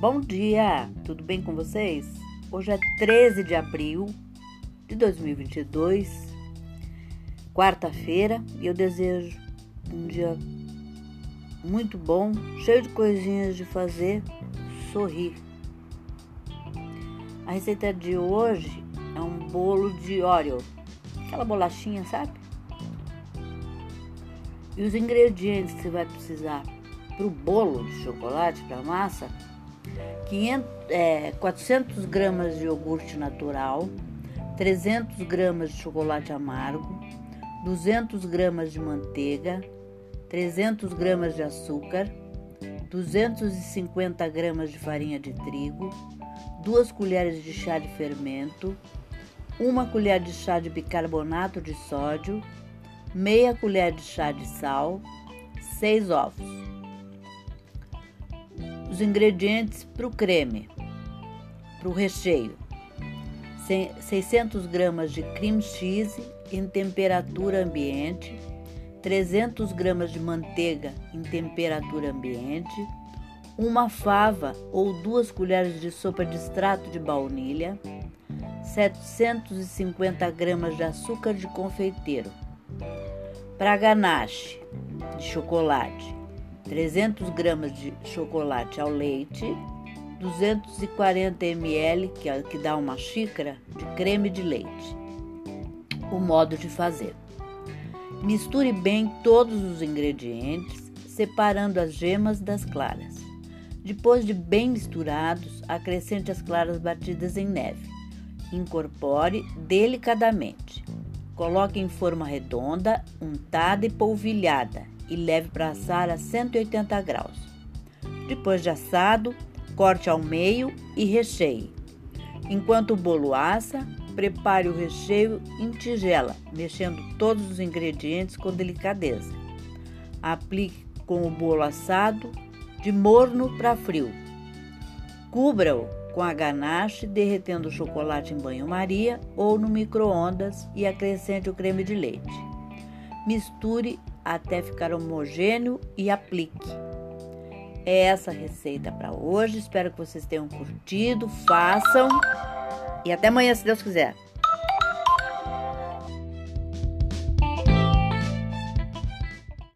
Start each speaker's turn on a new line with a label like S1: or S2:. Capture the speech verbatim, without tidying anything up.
S1: Bom dia, tudo bem com vocês? Hoje é treze de abril de dois mil e vinte e dois, quarta-feira, e eu desejo um dia muito bom, cheio de coisinhas de fazer sorrir. A receita de hoje é um bolo de Oreo, aquela bolachinha, sabe? E os ingredientes que você vai precisar para o bolo de chocolate, para a massa: quinhentos, é, quatrocentas gramas de iogurte natural, trezentas gramas de chocolate amargo, duzentas gramas de manteiga, trezentas gramas de açúcar, duzentas e cinquenta gramas de farinha de trigo, duas colheres de chá de fermento, uma colher de chá de bicarbonato de sódio, meia colher de chá de sal, seis ovos. Os ingredientes para o creme, para o recheio: seiscentas gramas de cream cheese em temperatura ambiente, trezentas gramas de manteiga em temperatura ambiente, uma fava ou duas colheres de sopa de extrato de baunilha, setecentas e cinquenta gramas de açúcar de confeiteiro. Para ganache de chocolate: trezentas gramas de chocolate ao leite, duzentos e quarenta mililitros, que, é, que dá uma xícara, de creme de leite. O modo de fazer: misture bem todos os ingredientes, separando as gemas das claras. Depois de bem misturados, acrescente as claras batidas em neve. Incorpore delicadamente. Coloque em forma redonda, untada e polvilhada e leve para assar a cento e oitenta graus. Depois de assado, corte ao meio e recheie. Enquanto o bolo assa, prepare o recheio em tigela, mexendo todos os ingredientes com delicadeza. Aplique com o bolo assado, de morno para frio. Cubra-o com a ganache, derretendo o chocolate em banho-maria ou no micro-ondas, e acrescente o creme de leite. Misture até ficar homogêneo e aplique. É essa a receita para hoje. Espero que vocês tenham curtido, façam e até amanhã, se Deus quiser.